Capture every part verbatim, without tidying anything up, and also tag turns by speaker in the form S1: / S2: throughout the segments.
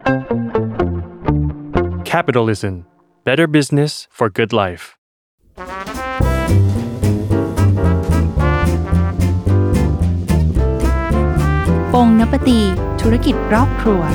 S1: Capitalism. Better business for good life.
S2: ปงนปตีธุรกิจรอบครัว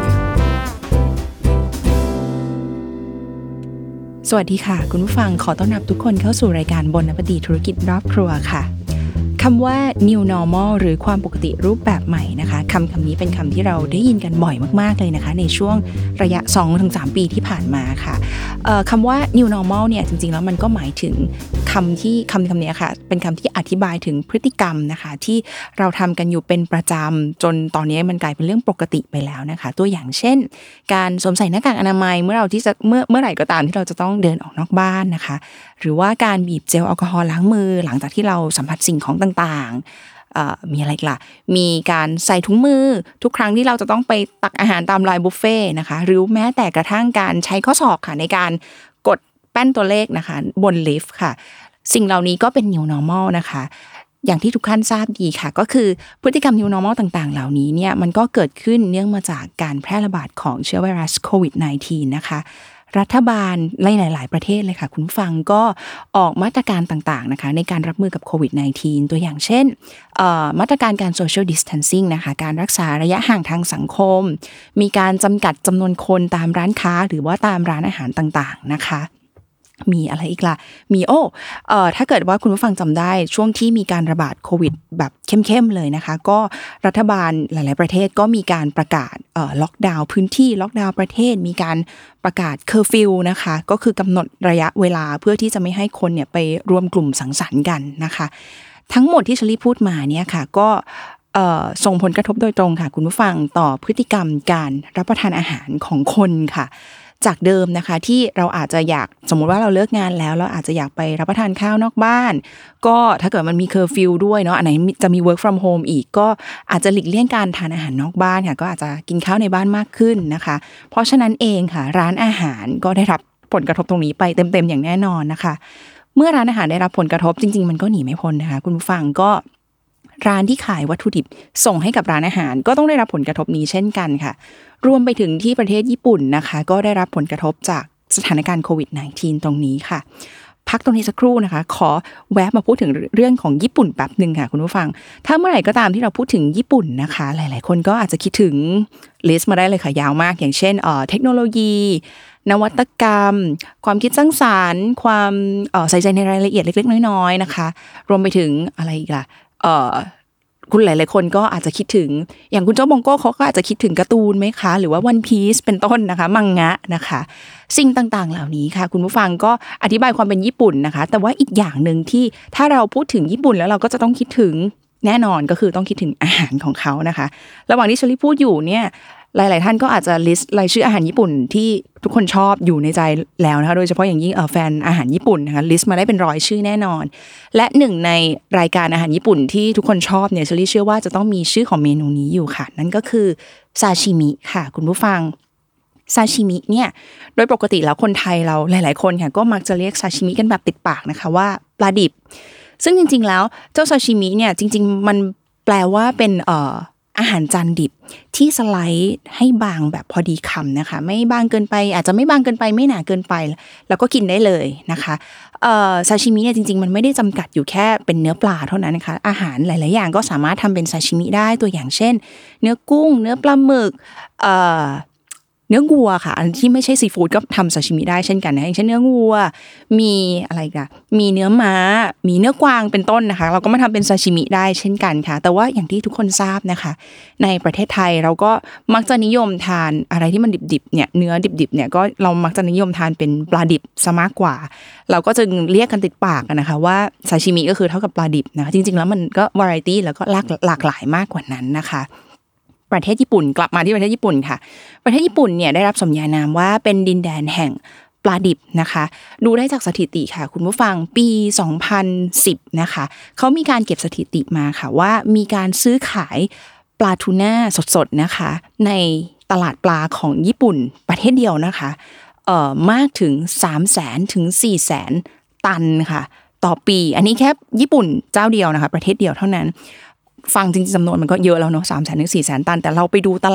S2: สวัสดีค่ะคุณผู้ฟังขอต้อนรับทุกคนเข้าสู่รายการบนนปตีธุรกิจรอบครัวค่ะคำว่า new normal หรือความปกติรูปแบบใหม่นะคะคำคำนี้เป็นคำที่เราได้ยินกันบ่อยมากๆเลยนะคะในช่วงระยะ สองถึงสาม ปีที่ผ่านมาค่ะคำว่า new normal เนี่ยจริงๆแล้วมันก็หมายถึงคำที่คำคำนี้ค่ะเป็นคำที่อธิบายถึงพฤติกรรมนะคะที่เราทำกันอยู่เป็นประจำจนตอนนี้มันกลายเป็นเรื่องปกติไปแล้วนะคะตัวอย่างเช่นการสวมใส่หน้ากากอนามัยเมื่อเราที่จะเมื่อเมื่อไหร่ก็ตามที่เราจะต้องเดินออกนอกบ้านนะคะหรือว่าการบีบเจลแอลกอฮอล์ล้างมือหลังจากที่เราสัมผัสสิ่งของต่างๆมีอะไรล่ะมีการใส่ถุงมือทุกครั้งที่เราจะต้องไปตักอาหารตามรายบุฟเฟ่นะคะหรือแม้แต่กระทั่งการใช้ข้อศอกค่ะในการกดแป้นตัวเลขนะคะบนลิฟต์ค่ะสิ่งเหล่านี้ก็เป็น new normal นะคะอย่างที่ทุกท่านทราบดีค่ะก็คือพฤติกรรม new normal ต่างๆเหล่านี้เนี่ยมันก็เกิดขึ้นเนื่องมาจากการแพร่ระบาดของเชื้อไวรัสโควิด สิบเก้า นะคะรัฐบาลในหลายๆประเทศเลยค่ะคุณผู้ฟังก็ออกมาตรการต่างๆนะคะในการรับมือกับโควิด สิบเก้า ตัวอย่างเช่นมาตรการการ social distancing นะคะการรักษาระยะห่างทางสังคมมีการจำกัดจำนวนคนตามร้านค้าหรือว่าตามร้านอาหารต่างๆนะคะมีอะไรอีกล่ะมีโอ้เอ่อถ้าเกิดว่าคุณผู้ฟังจำได้ช่วงที่มีการระบาดโควิดแบบเข้มๆเลยนะคะก็รัฐบาลหลายๆประเทศก็มีการประกาศเอ่อล็อกดาวน์พื้นที่ล็อกดาวน์ประเทศมีการประกาศเคอร์ฟิวนะคะก็คือกำหนดระยะเวลาเพื่อที่จะไม่ให้คนเนี่ยไปรวมกลุ่มสังสรรค์กันนะคะทั้งหมดที่เชลี่พูดมาเนี่ยค่ะก็เอ่อส่งผลกระทบโดยตรงค่ะคุณผู้ฟังต่อพฤติกรรมการรับประทานอาหารของคนค่ะจากเดิมนะคะที่เราอาจจะอยากสมมุติว่าเราเลิกงานแล้วเราอาจจะอยากไปรับประทานข้าวนอกบ้านก็ถ้าเกิดมันมีเคอร์ฟิวด้วยเนาะอันไหนจะมี work from home อีกก็อาจจะหลีกเลี่ยงการทานอาหารนอกบ้านค่ะก็อาจจะกินข้าวในบ้านมากขึ้นนะคะเพราะฉะนั้นเองค่ะร้านอาหารก็ได้รับผลกระทบตรงนี้ไปเต็มๆอย่างแน่นอนนะคะเมื่อร้านอาหารได้รับผลกระทบจริงๆมันก็หนีไม่พ้นนะคะคุณผู้ฟังก็ร้านที่ขายวัตถุดิบส่งให้กับร้านอาหารก็ต้องได้รับผลกระทบนี้เช่นกันค่ะรวมไปถึงที่ประเทศญี่ปุ่นนะคะก็ได้รับผลกระทบจากสถานการณ์โควิด สิบเก้า ตรงนี้ค่ะพักตรงนี้สักครู่นะคะขอแวะมาพูดถึงเรื่องของญี่ปุ่นแป๊บนึงค่ะคุณผู้ฟังถ้าเมื่อไหร่ก็ตามที่เราพูดถึงญี่ปุ่นนะคะหลายๆคนก็อาจจะคิดถึงลิสต์มาได้เลยค่ะยาวมากอย่างเช่นเอ่อเทคโนโลยีนวัตกรรมความคิดสร้างสรรค์ความเอ่อใส่ใจในรายละเอียดเล็กๆน้อยๆนะคะรวมไปถึงอะไรอีกล่ะเอ่อคุณหลายๆคนก็อาจจะคิดถึงอย่างคุณเจ้าบงโก้เขาก็อาจจะคิดถึงการ์ตูนไหมคะหรือว่า One Piece เป็นต้นนะคะมังงะนะคะสิ่งต่างๆเหล่านี้ค่ะคุณผู้ฟังก็อธิบายความเป็นญี่ปุ่นนะคะแต่ว่าอีกอย่างนึงที่ถ้าเราพูดถึงญี่ปุ่นแล้วเราก็จะต้องคิดถึงแน่นอนก็คือต้องคิดถึงอาหารของเขานะคะระหว่างที่เชลี่พูดอยู่เนี่ยหลายๆท่านก็อาจจะลิสต์รายชื่ออาหารญี่ปุ่นที่ทุกคนชอบอยู่ในใจแล้วนะคะโดยเฉพาะอย่างยิ่งเอ่อแฟนอาหารญี่ปุ่นนะคะลิสต์มาได้เป็นร้อยชื่อแน่นอนและหนึ่งในรายการอาหารญี่ปุ่นที่ทุกคนชอบเนี่ยเชลี่เชื่อว่าจะต้องมีชื่อของเมนูนี้อยู่ค่ะนั่นก็คือซาชิมิค่ะคุณผู้ฟังซาชิมิเนี่ยโดยปกติแล้วคนไทยเราหลายๆคนค่ะก็มักจะเรียกซาชิมิกันแบบติดปากนะคะว่าปลาดิบซึ่งจริงๆแล้วเจ้าซาชิมิเนี่ยจริงๆมันแปลว่าเป็นเอ่ออาหารจานดิบที่สไลด์ให้บางแบบพอดีคำนะคะไม่บางเกินไปอาจจะไม่บางเกินไปไม่หนาเกินไปแล้วก็กินได้เลยนะคะเอ่อซาชิมิเนี่ยจริงๆมันไม่ได้จำกัดอยู่แค่เป็นเนื้อปลาเท่านั้นนะคะอาหารหลายๆอย่างก็สามารถทำเป็นซาชิมิได้ตัวอย่างเช่นเนื้อกุ้งเนื้อปลาหมึกเอ่อเนื้อวัวค่ะอันที่ไม่ใช่ซีฟู้ดก็ทำซาชิมิได้เช่นกันนะอย่างเช่นเนื้อวัวมีอะไรกันมีเนื้อม้ามีเนื้อกวางเป็นต้นนะคะเราก็มาทำเป็นซาชิมิได้เช่นกันค่ะแต่ว่าอย่างที่ทุกคนทราบนะคะในประเทศไทยเราก็มักจะนิยมทานอะไรที่มันดิบๆเนี่ยเนื้อดิบๆเนี่ยก็เรามักจะนิยมทานเป็นปลาดิบซะมากกว่าเราก็จะเรียกกันติดปากนะคะว่าซาชิมิก็คือเท่ากับปลาดิบนะคะจริงๆแล้วมันก็วาไรตี้แล้วก็หลากหลากหลายมากกว่านั้นนะคะประเทศญี่ปุ่นกลับมาที่ประเทศญี่ปุ่นค่ะประเทศญี่ปุ่นเนี่ยได้รับสมญานามว่าเป็นดินแดนแห่งปลาดิบนะคะดูได้จากสถิติค่ะคุณผู้ฟังปีสองพันสิบนะคะเขามีการเก็บสถิติมาค่ะว่ามีการซื้อขายปลาทูน่าสดๆนะคะในตลาดปลาของญี่ปุ่นประเทศเดียวนะคะเอ่อมากถึง สามแสน ถึง สี่แสน ตันค่ะต่อปีอันนี้แค่ญี่ปุ่นเจ้าเดียวนะคะประเทศเดียวเท่านั้นฟังจริงๆจำนวนมันก็เยอะแล้วเนาะ สามแสน ถึง สี่แสน ตันแต่เราไปดูตลาด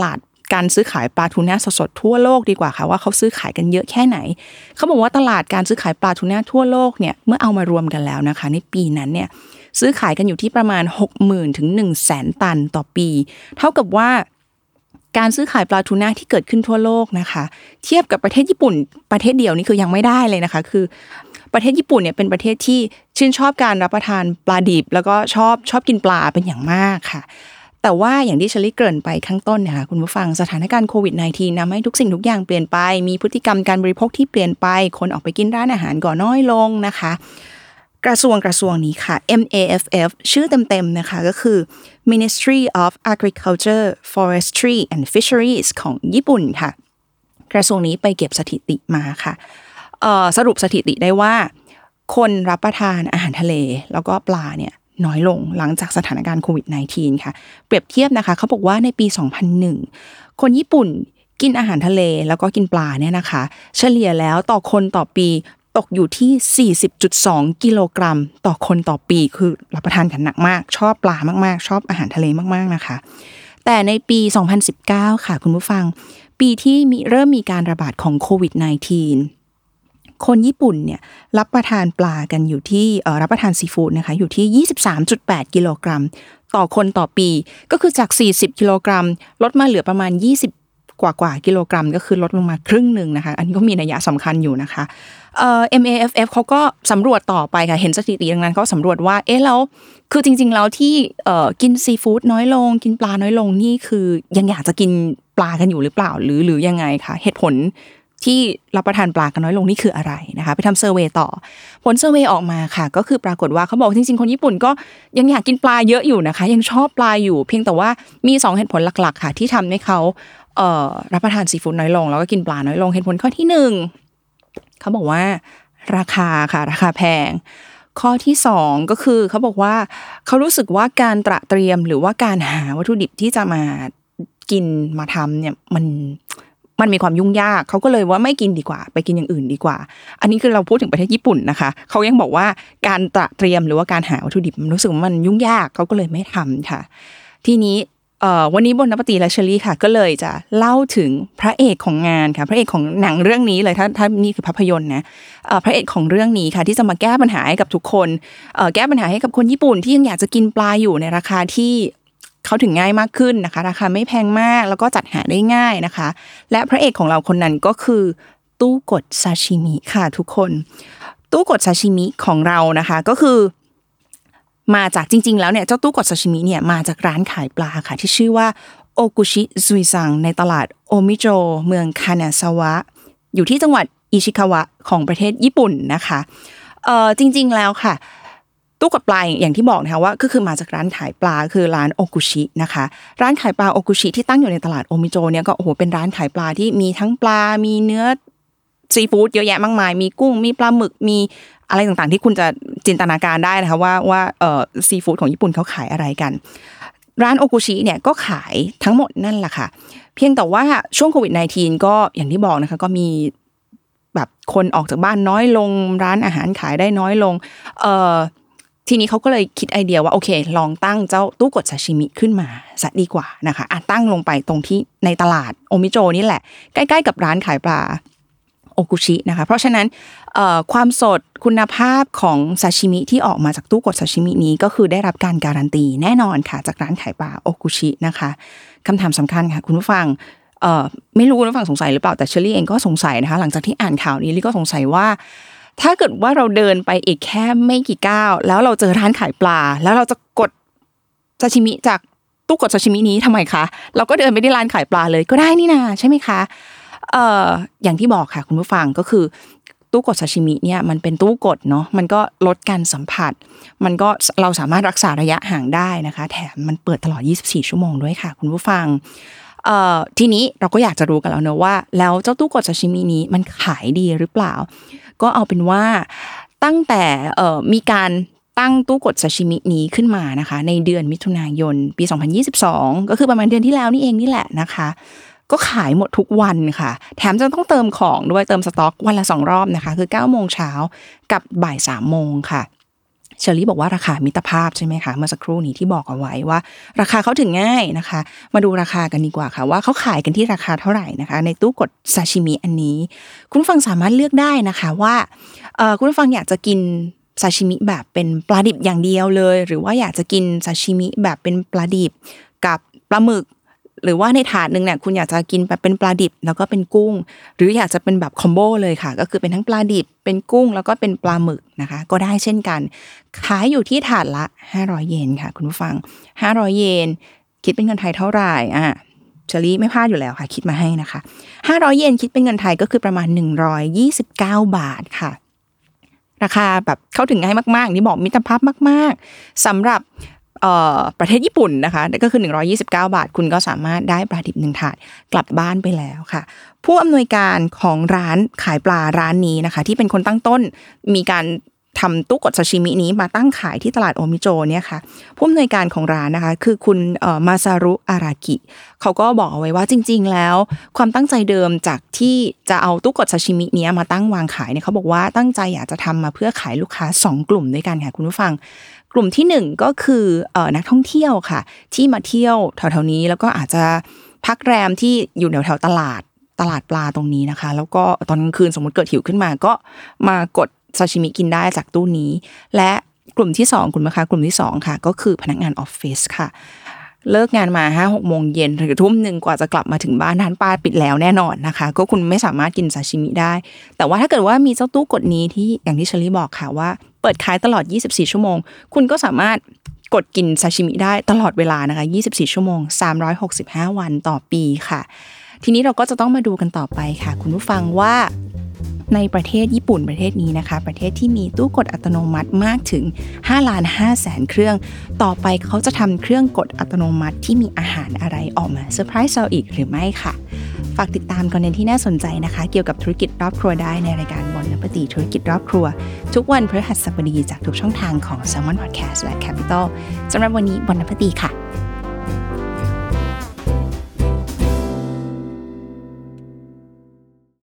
S2: การซื้อขายปลาทูน่าสดๆทั่วโลกดีกว่าค่ะว่าเขาซื้อขายกันเยอะแค่ไหนเขาบอกว่าตลาดการซื้อขายปลาทูน่าทั่วโลกเนี่ยเมื่อเอามารวมกันแล้วนะคะในปีนั้นเนี่ยซื้อขายกันอยู่ที่ประมาณ หกหมื่น ถึง หนึ่งแสน ตันต่อปีเท่ากับว่าการซื้อขายปลาทูน่าที่เกิดขึ้นทั่วโลกนะคะเทียบกับประเทศญี่ปุ่นประเทศเดียวนี่คือยังไม่ได้เลยนะคะคือประเทศญี่ปุ่นเนี่ยเป็นประเทศที่ชื่นชอบการรับประทานปลาดิบแล้วก็ชอบชอบกินปลาเป็นอย่างมากค่ะแต่ว่าอย่างที่เชลี่เกริ่นไปข้างต้นเนี่ยค่ะคุณผู้ฟังสถานการณ์โควิด สิบเก้า ทำให้ทุกสิ่งทุกอย่างเปลี่ยนไปมีพฤติกรรมการบริโภคที่เปลี่ยนไปคนออกไปกินร้านอาหารก็น้อยลงนะคะกระทรวงกระทรวงนี้ค่ะ เอ็ม เอ เอฟ เอฟ ชื่อเต็มๆนะคะก็คือ Ministry of Agriculture, Forestry and Fisheries ของญี่ปุ่นค่ะกระทรวงนี้ไปเก็บสถิติมาค่ะเอ่อสรุปสถิติได้ว่าคนรับประทานอาหารทะเลแล้วก็ปลาเนี่ยน้อยลงหลังจากสถานการณ์โควิด สิบเก้า ค่ะเปรียบเทียบนะคะเขาบอกว่าในปี สองพันหนึ่ง คนญี่ปุ่นกินอาหารทะเลแล้วก็กินปลาเนี่ยนะคะเฉลี่ยแล้วต่อคนต่อปีตกอยู่ที่ สี่สิบจุดสอง กิโลกรัมต่อคนต่อปีคือรับประทานกันหนักมากชอบปลามากๆชอบอาหารทะเลมากๆนะคะแต่ในปี สองพันสิบเก้า ค่ะคุณผู้ฟังปีที่มีเริ่มมีการระบาดของโควิด สิบเก้าคนญี่ปุ่นเนี่ยรับประทานปลากันอยู่ที่เอ่อรับประทานซีฟู้ดนะคะอยู่ที่ ยี่สิบสามจุดแปด กิโลกรัมต่อคนต่อปีก็คือจากสี่สิบกิโลกรัมลดมาเหลือประมาณยี่สิบกว่าๆกิโลกรัมก็คือลดลงมาครึ่งนึงนะคะอันนี้ก็มีนัยสำคัญอยู่นะคะเอ่อ เอ็ม เอ เอฟ เอฟ เขาก็สำรวจต่อไปค่ะเห็นสถิติดังนั้นเขาสำรวจว่าเอ๊ะแล้วคือจริงๆแล้วที่เอ่อกินซีฟู้ดน้อยลงกินปลาน้อยลงนี่คือยังอยากจะกินปลากันอยู่หรือเปล่าหรือหรือยังไงคะเหตุผลที่รับประทานปลากันน้อยลงนี่คืออะไรนะคะไปทำเซอร์เวย์ต่อผลเซอร์เวย์ออกมาค่ะก็คือปรากฏว่าเขาบอกจริงๆคนญี่ปุ่นก็ยังอยากกินปลาเยอะอยู่นะคะยังชอบปลาอยู่เพียงแต่ว่ามีสองเหตุผลหลักๆค่ะที่ทำให้เขาเอ่อรับประทานซีฟู้ดน้อยลงแล้วก็กินปลาน้อยลงเหตุผลข้อที่หนึ่งเขาบอกว่าราคาค่ะราคาแพงข้อที่สองก็คือเขาบอกว่าเขารู้สึกว่าการตระเตรียมหรือว่าการหาวัตถุดิบที่จะมากินมาทำเนี่ยมันมันมีความยุ่งยากเขาก็เลยว่าไม่กินดีกว่าไปกินอย่างอื่นดีกว่าอันนี้คือเราพูดถึงประเทศญี่ปุ่นนะคะเขายังบอกว่าการตระเตรียมหรือว่าการหาวัตถุดิบมันรู้สึกว่ามันยุ่งยากเขาก็เลยไม่ทำค่ะทีนี้เอ่อวันนี้บนนปตีและเชอรี่ค่ะก็เลยจะเล่าถึงพระเอกของงานค่ะพระเอกของหนังเรื่องนี้เลยถ้าถ้านี่คือภาพยนตร์นะเอ่อพระเอกของเรื่องนี้ค่ะที่จะมาแก้ปัญหาให้กับทุกคนเอ่อแก้ปัญหาให้กับคนญี่ปุ่นที่ยังอยากจะกินปลาอยู่ในราคาที่เขาถึงง่ายมากขึ้นนะคะราคาไม่แพงมากแล้วก็จัดหาได้ง่ายนะคะและพระเอกของเราคนนั้นก็คือตู้กดซาชิมิค่ะทุกคนตู้กดซาชิมิของเรานะคะก็คือมาจากจริงๆแล้วเนี่ยเจ้าตู้กดซาชิมิเนี่ยมาจากร้านขายปลาค่ะที่ชื่อว่าโอกุชิซุยซังในตลาดโอมิโจเมืองคานาซาวะอยู่ที่จังหวัดอิชิคาวะของประเทศญี่ปุ่นนะคะเอ่อจริงๆแล้วค่ะตู้กดปลาอย่างที่บอกนะคะว่าก็คือมาจากร้านขายปลาคือร้านโอกุชินะคะร้านขายปลาโอกุชิที่ตั้งอยู่ในตลาดโอมิโจเนี่ยก็โอ้โหเป็นร้านขายปลาที่มีทั้งปลามีเนื้อซีฟู้ดเยอะแยะมากมายมีกุ้งมีปลาหมึกมีอะไรต่างๆที่คุณจะจินตนาการได้นะคะว่าว่าเอ่อซีฟู้ดของญี่ปุ่นเขาขายอะไรกันร้านโอกุชิเนี่ยก็ขายทั้งหมดนั่นแหละค่ะเพียงแต่ว่าช่วงโควิด สิบเก้า ก็อย่างที่บอกนะคะก็มีแบบคนออกจากบ้านน้อยลงร้านอาหารขายได้น้อยลงเอ่อทีนี้เขาก็เลยคิดไอเดียว่าโอเคลองตั้งเจ้าตู้กดซาชิมิขึ้นมาซะดีกว่านะคะอ่ะตั้งลงไปตรงที่ในตลาดโอมิโจนี่แหละใกล้ๆกับร้านขายปลาโอกุชินะคะเพราะฉะนั้นเอ่อความสดคุณภาพของซาชิมิที่ออกมาจากตู้กดซาชิมินี้ก็คือได้รับการการันตีแน่นอนค่ะจากร้านขายปลาโอกุชินะคะคำถามสำคัญค่ะคุณผู้ฟังเอ่อไม่รู้คุณผู้ฟังสงสัยหรือเปล่าแต่เชอรี่เองก็สงสัยนะคะหลังจากที่อ่านข่าวนี้ลี่ก็สงสัยว่าถ้าเกิดว่าเราเดินไปอีกแค่ไม่กี่ก้าวแล้วเราเจอร้านขายปลาแล้วเราจะกดซาชิมิจากตู้กดซาชิมินี้ทำไมคะเราก็เดินไปที่ร้านขายปลาเลยก็ได้นี่นาใช่ไหมคะเอ่ออย่างที่บอกค่ะคุณผู้ฟังก็คือตู้กดซาชิมิเนี่ยมันเป็นตู้กดเนาะมันก็ลดการสัมผัสมันก็เราสามารถรักษาระยะห่างได้นะคะแถมมันเปิดตลอดยี่สิบสี่ชั่วโมงด้วยค่ะคุณผู้ฟังเอ่อทีนี้เราก็อยากจะรู้กันแล้วเนอะว่าแล้วเจ้าตู้กดซาชิมินี้มันขายดีหรือเปล่าก็เอาเป็นว่าตั้งแต่เอ่อมีการตั้งตู้กดซาชิมินี้ขึ้นมานะคะในเดือนมิถุนายนปีสองพันยี่สิบสองก็คือประมาณเดือนที่แล้วนี่เองนี่แหละนะคะก็ขายหมดทุกวันค่ะแถมจะต้องเติมของด้วยเติมสต็อกวันละสองรอบนะคะคือเก้าโมงเช้ากับบ่ายสามโมงค่ะเชอรี่บอกว่าราคามิตรภาพใช่ไหมคะเมื่อสักครู่นี้ที่บอกเอาไว้ว่าราคาเข้าถึงง่ายนะคะมาดูราคากันดีกว่าค่ะว่าเขาขายกันที่ราคาเท่าไหร่นะคะในตู้กดซาชิมิอันนี้คุณผู้ฟังสามารถเลือกได้นะคะว่าเอ่อคุณผู้ฟังอยากจะกินซาชิมิแบบเป็นปลาดิบอย่างเดียวเลยหรือว่าอยากจะกินซาชิมิแบบเป็นปลาดิบกับปลาหมึกหรือว่าในถาดนึงเนี่ยคุณอยากจะกินแบบเป็นปลาดิบแล้วก็เป็นกุ้งหรืออยากจะเป็นแบบคอมโบเลยค่ะก็คือเป็นทั้งปลาดิบเป็นกุ้งแล้วก็เป็นปลาหมึกนะคะก็ได้เช่นกันขายอยู่ที่ถาดละห้าร้อยเยนค่ะคุณผู้ฟังห้าร้อยเยนคิดเป็นเงินไทยเท่าไหร่อ่ะเชอรี่ไม่พลาดอยู่แล้วค่ะคิดมาให้นะคะห้าร้อยเยนคิดเป็นเงินไทยก็คือประมาณหนึ่งร้อยยี่สิบเก้าบาทค่ะราคาแบบเข้าถึงง่ายมากๆนี่บอกมิตรภาพมากๆสำหรับเอ่อประเทศญี่ปุ่นนะคะก็คือหนึ่งร้อยยี่สิบเก้าบาทคุณก็สามารถได้ปลาดิบหนึ่งถาดกลับบ้านไปแล้วค่ะผู้อำนวยการของร้านขายปลาร้านนี้นะคะที่เป็นคนตั้งต้นมีการทำตู้กดซาชิมินี้มาตั้งขายที่ตลาดโอมิโจเนี่ยค่ะผู้อำนวยการของร้านนะคะคือคุณเอ่อมาซารุอารากิเขาก็บอกเอาไว้ว่าจริงๆแล้วความตั้งใจเดิมจากที่จะเอาตู้กดซาชิมินี้มาตั้งวางขายเนี่ยเขาบอกว่าตั้งใจอยากจะทำมาเพื่อขายลูกค้าสองกลุ่มด้วยกันค่ะคุณผู้ฟังกลุ่มที่หนึ่งก็คือเอ่อนักท่องเที่ยวค่ะที่มาเที่ยวแถวๆนี้แล้วก็อาจจะพักแรมที่อยู่แถวๆตลาดตลาดปลาตรงนี้นะคะแล้วก็ตอนกลางคืนสมมติเกิดหิวขึ้นมาก็มากดซาชิมิกินได้จากตู้นี้และกลุ่มที่สองคุณลูกค้ากลุ่มที่สองค่ะก็คือพนักงานออฟฟิศค่ะเลิกงานมา ห้าหก โมงเย็นหรือทุ่มนึงกว่าจะกลับมาถึงบ้านร้านปลาปิดแล้วแน่นอนนะคะก็คุณไม่สามารถกินซาชิมิได้แต่ว่าถ้าเกิดว่ามีเจ้าตู้กดนี้ที่อย่างที่เชอรี่บอกค่ะว่าเปิดขายตลอดยี่สิบสี่ชั่วโมงคุณก็สามารถกดกินซาชิมิได้ตลอดเวลานะคะยี่สิบสี่ชั่วโมงสามร้อยหกสิบห้าวันต่อปีค่ะทีนี้เราก็จะต้องมาดูกันต่อไปค่ะคุณผู้ฟังว่าในประเทศญี่ปุ่นประเทศนี้นะคะประเทศที่มีตู้กดอัตโนมัติมากถึงห้าล้านห้าแสนเครื่องต่อไปเขาจะทำเครื่องกดอัตโนมัติที่มีอาหารอะไรออกมาเซอร์ไพรส์เราอีกหรือไม่ค่ะฝากติดตามคอนเทนต์ที่น่าสนใจนะคะเกี่ยวกับธุรกิจรอบครัวได้ในรายการบอนนปฏิธุรกิจรอบครัวทุกวันพฤหัสบดีจากทุกช่องทางของ Salmon Podcast และ Capital สำหรับวันนี้บอนนปฏิค่ะ